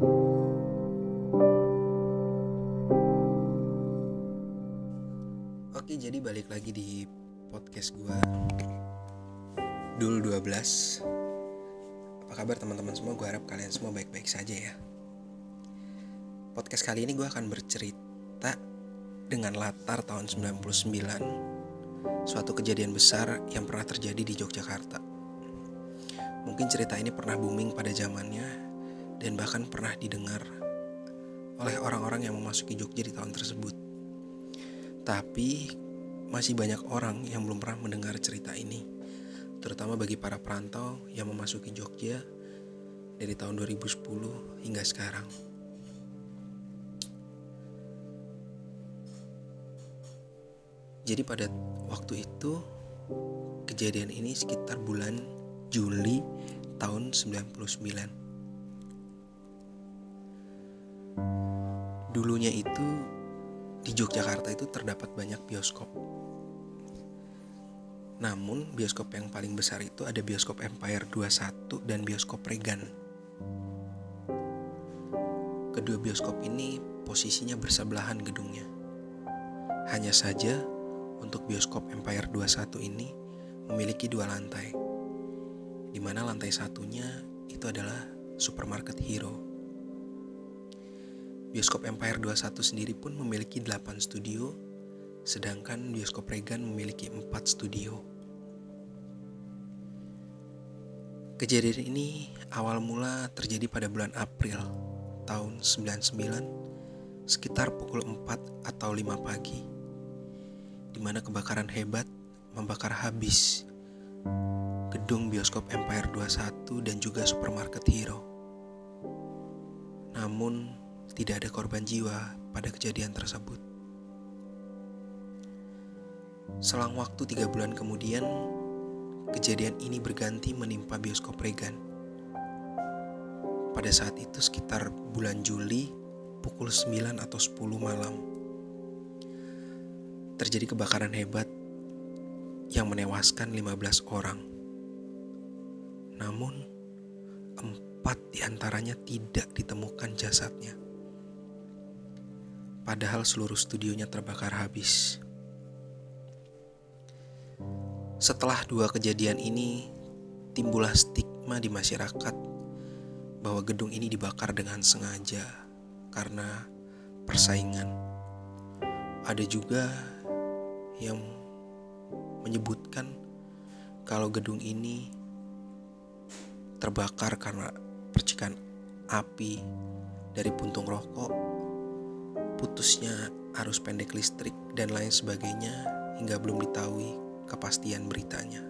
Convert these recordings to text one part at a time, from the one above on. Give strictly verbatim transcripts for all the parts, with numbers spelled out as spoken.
Oke, jadi balik lagi di podcast gue Dul dua belas. Apa kabar teman-teman semua? Gue harap kalian semua baik-baik saja ya. Podcast kali ini gue akan bercerita dengan latar tahun sembilan puluh sembilan, suatu kejadian besar yang pernah terjadi di Yogyakarta. Mungkin cerita ini pernah booming pada zamannya dan bahkan pernah didengar oleh orang-orang yang memasuki Jogja di tahun tersebut. Tapi masih banyak orang yang belum pernah mendengar cerita ini, terutama bagi para perantau yang memasuki Jogja dari tahun dua ribu sepuluh hingga sekarang. Jadi pada waktu itu, kejadian ini sekitar bulan Juli tahun sembilan puluh sembilan. Dulunya itu di Yogyakarta itu terdapat banyak bioskop. Namun bioskop yang paling besar itu ada bioskop Empire dua puluh satu dan bioskop Regan. Kedua bioskop ini posisinya bersebelahan gedungnya. Hanya saja untuk bioskop Empire dua puluh satu ini memiliki dua lantai, di mana lantai satunya itu adalah supermarket Hero. Bioskop Empire dua puluh satu sendiri pun memiliki delapan studio, sedangkan bioskop Regan memiliki empat studio. Kejadian ini awal mula terjadi pada bulan April tahun sembilan puluh sembilan, sekitar pukul empat atau lima pagi, di mana kebakaran hebat membakar habis gedung bioskop Empire dua puluh satu dan juga supermarket Hero. Namun tidak ada korban jiwa pada kejadian tersebut. Selang waktu tiga bulan kemudian, kejadian ini berganti menimpa bioskop Regan. Pada saat itu sekitar bulan Juli, pukul sembilan atau sepuluh malam, terjadi kebakaran hebat yang menewaskan lima belas orang. Namun, empat diantaranya tidak ditemukan jasadnya. Padahal seluruh studionya terbakar habis. Setelah dua kejadian ini, timbullah stigma di masyarakat bahwa gedung ini dibakar dengan sengaja karena persaingan. Ada juga yang menyebutkan kalau gedung ini terbakar karena percikan api dari puntung rokok, putusnya arus pendek listrik, dan lain sebagainya hingga belum diketahui kepastian beritanya.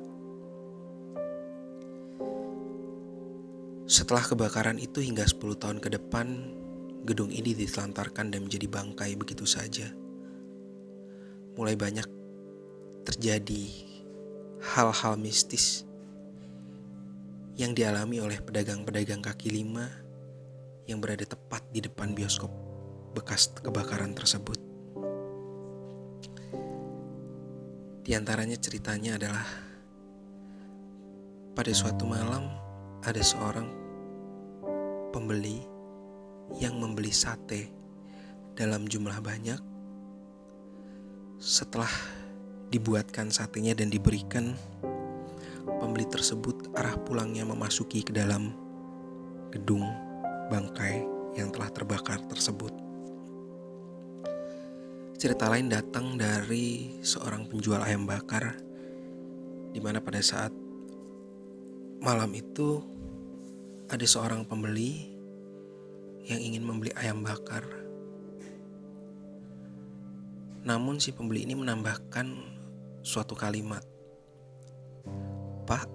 Setelah kebakaran itu hingga sepuluh tahun ke depan, gedung ini ditelantarkan dan menjadi bangkai begitu saja. Mulai banyak terjadi hal-hal mistis yang dialami oleh pedagang-pedagang kaki lima yang berada tepat di depan bioskop bekas kebakaran tersebut. Di antaranya ceritanya adalah pada suatu malam ada seorang pembeli yang membeli sate dalam jumlah banyak. Setelah dibuatkan satenya dan diberikan, pembeli tersebut arah pulangnya memasuki ke dalam gedung bangkai yang telah terbakar tersebut. Cerita lain datang dari seorang penjual ayam bakar, di mana pada saat malam itu ada seorang pembeli yang ingin membeli ayam bakar. Namun si pembeli ini menambahkan suatu kalimat, "Pak,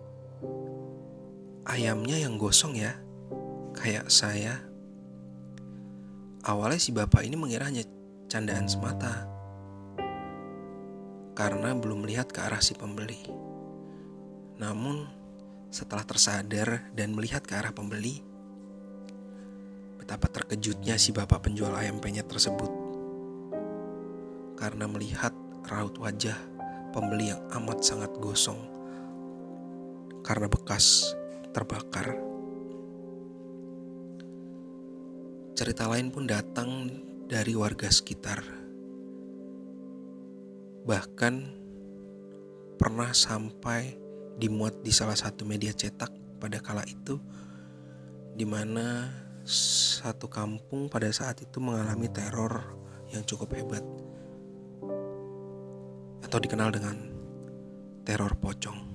ayamnya yang gosong ya, kayak saya." Awalnya si bapak ini mengira hanya candaan semata karena belum melihat ke arah si pembeli. Namun setelah tersadar dan melihat ke arah pembeli, betapa terkejutnya si bapak penjual ayam penyet tersebut karena melihat raut wajah pembeli yang amat sangat gosong karena bekas terbakar. Cerita lain pun datang dari warga sekitar. Bahkan pernah sampai dimuat di salah satu media cetak pada kala itu, di mana satu kampung pada saat itu mengalami teror yang cukup hebat, atau dikenal dengan teror pocong.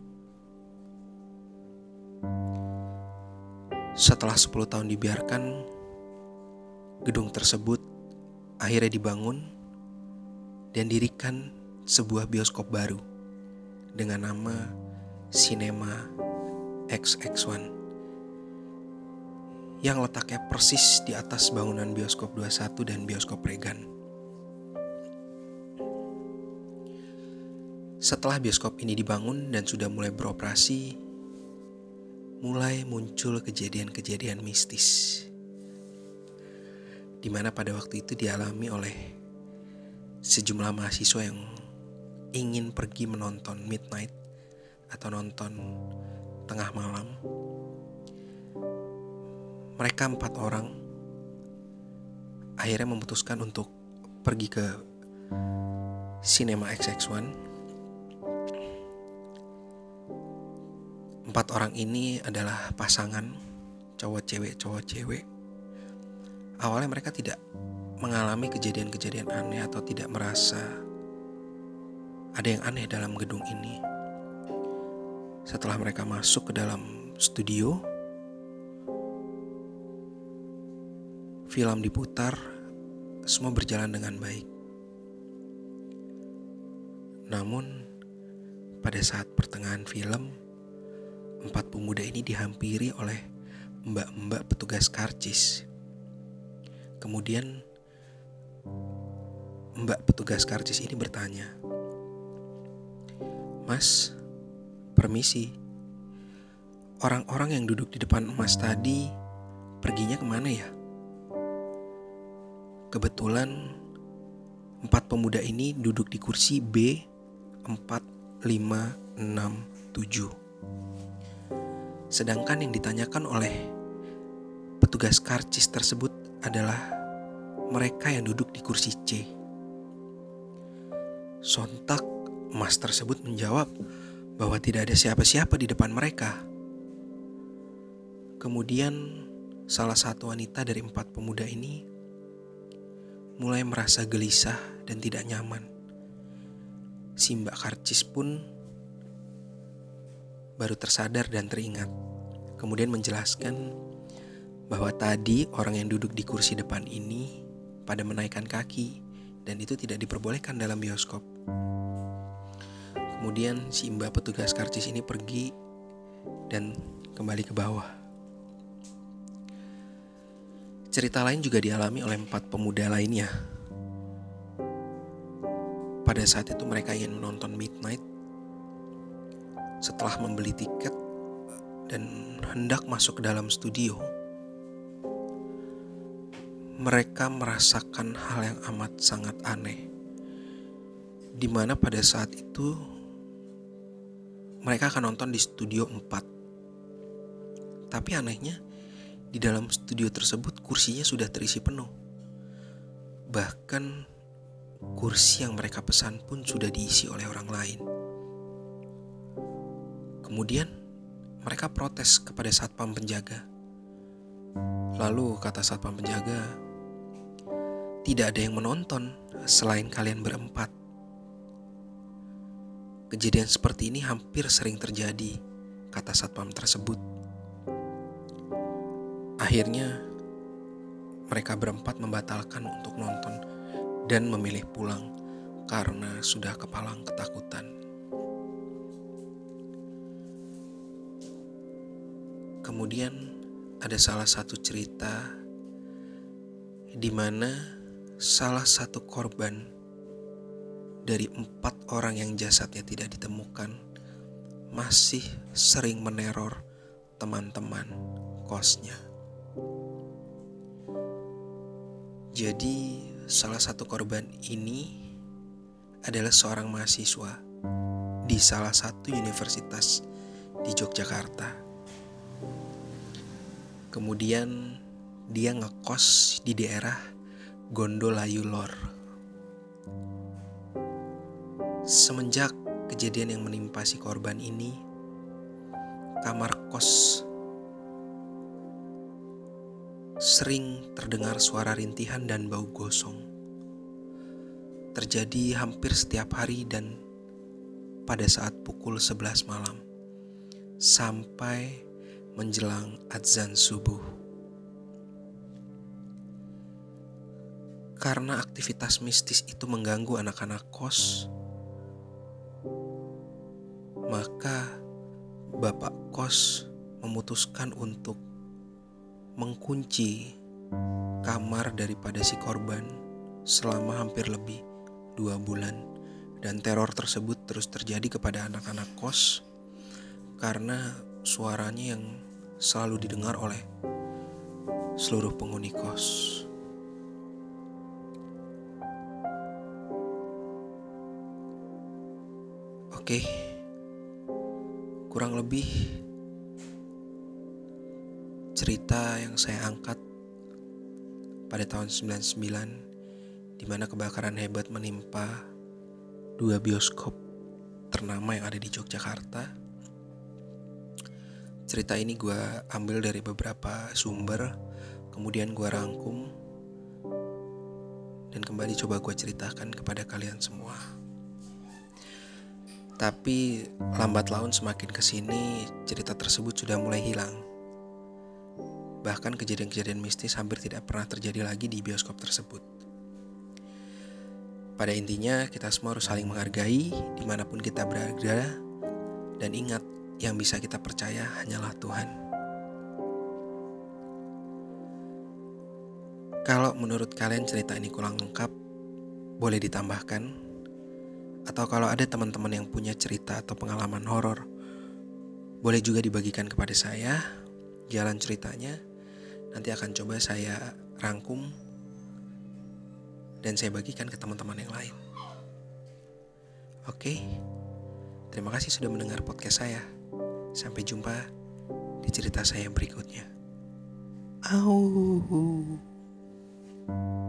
Setelah sepuluh tahun dibiarkan, gedung tersebut akhirnya dibangun dan dirikan sebuah bioskop baru dengan nama Cinema X X satu yang letaknya persis di atas bangunan bioskop dua puluh satu dan bioskop Regan. Setelah bioskop ini dibangun dan sudah mulai beroperasi, mulai muncul kejadian-kejadian mistis, di mana pada waktu itu dialami oleh sejumlah mahasiswa yang ingin pergi menonton midnight atau nonton tengah malam. Mereka empat orang akhirnya memutuskan untuk pergi ke Cinema X X satu. Empat orang ini adalah pasangan cowok cewek cowok cewek. Awalnya mereka tidak mengalami kejadian-kejadian aneh atau tidak merasa ada yang aneh dalam gedung ini. Setelah mereka masuk ke dalam studio, film diputar, semua berjalan dengan baik. Namun pada saat pertengahan film, empat pemuda ini dihampiri oleh mbak-mbak petugas karcis. Kemudian mbak petugas karcis ini bertanya, "Mas, permisi, orang-orang yang duduk di depan Mas tadi perginya kemana ya?" Kebetulan empat pemuda ini duduk di kursi B empat lima enam tujuh. Sedangkan yang ditanyakan oleh petugas karcis tersebut adalah mereka yang duduk di kursi C. Sontak Mas tersebut menjawab bahwa tidak ada siapa-siapa di depan mereka. Kemudian salah satu wanita dari empat pemuda ini mulai merasa gelisah dan tidak nyaman. Si Mbak Karcis pun baru tersadar dan teringat. Kemudian menjelaskan bahwa tadi orang yang duduk di kursi depan ini pada menaikkan kaki dan itu tidak diperbolehkan dalam bioskop. Kemudian si Mbak petugas karcis ini pergi dan kembali ke bawah. Cerita lain juga dialami oleh empat pemuda lainnya. Pada saat itu mereka ingin menonton midnight. Setelah membeli tiket dan hendak masuk ke dalam studio, mereka merasakan hal yang amat sangat aneh, di mana pada saat itu mereka akan nonton di studio empat. Tapi anehnya, di dalam studio tersebut kursinya sudah terisi penuh. Bahkan kursi yang mereka pesan pun sudah diisi oleh orang lain. Kemudian mereka protes kepada satpam penjaga. Lalu kata satpam penjaga, "Tidak ada yang menonton selain kalian berempat." Kejadian seperti ini hampir sering terjadi, kata satpam tersebut. Akhirnya mereka berempat membatalkan untuk nonton dan memilih pulang karena sudah kepalang ketakutan. Kemudian ada salah satu cerita di mana salah satu korban dari empat orang yang jasadnya tidak ditemukan masih sering meneror teman-teman kosnya. Jadi salah satu korban ini adalah seorang mahasiswa di salah satu universitas di Yogyakarta. Kemudian dia ngekos di daerah Gondolayu Lor. Semenjak kejadian yang menimpa si korban ini, kamar kos sering terdengar suara rintihan dan bau gosong. Terjadi hampir setiap hari dan pada saat pukul sebelas malam sampai menjelang adzan subuh. Karena aktivitas mistis itu mengganggu anak-anak kos, maka bapak kos memutuskan untuk mengkunci kamar daripada si korban selama hampir lebih dua bulan. Dan teror tersebut terus terjadi kepada anak-anak kos karena suaranya yang selalu didengar oleh seluruh penghuni kos. Oke, kurang lebih cerita yang saya angkat pada tahun sembilan puluh sembilan, di mana kebakaran hebat menimpa dua bioskop ternama yang ada di Yogyakarta. Cerita ini gue ambil dari beberapa sumber, kemudian gue rangkum dan kembali coba gue ceritakan kepada kalian semua. Tapi lambat laun semakin kesini cerita tersebut sudah mulai hilang. Bahkan kejadian-kejadian mistis hampir tidak pernah terjadi lagi di bioskop tersebut. Pada intinya kita semua harus saling menghargai dimanapun kita berada. Dan ingat, yang bisa kita percaya hanyalah Tuhan. Kalau menurut kalian cerita ini kurang lengkap, boleh ditambahkan. Atau kalau ada teman-teman yang punya cerita atau pengalaman horor, boleh juga dibagikan kepada saya jalan ceritanya. Nanti akan coba saya rangkum dan saya bagikan ke teman-teman yang lain. Oke, terima kasih sudah mendengar podcast saya. Sampai jumpa di cerita saya berikutnya. Au.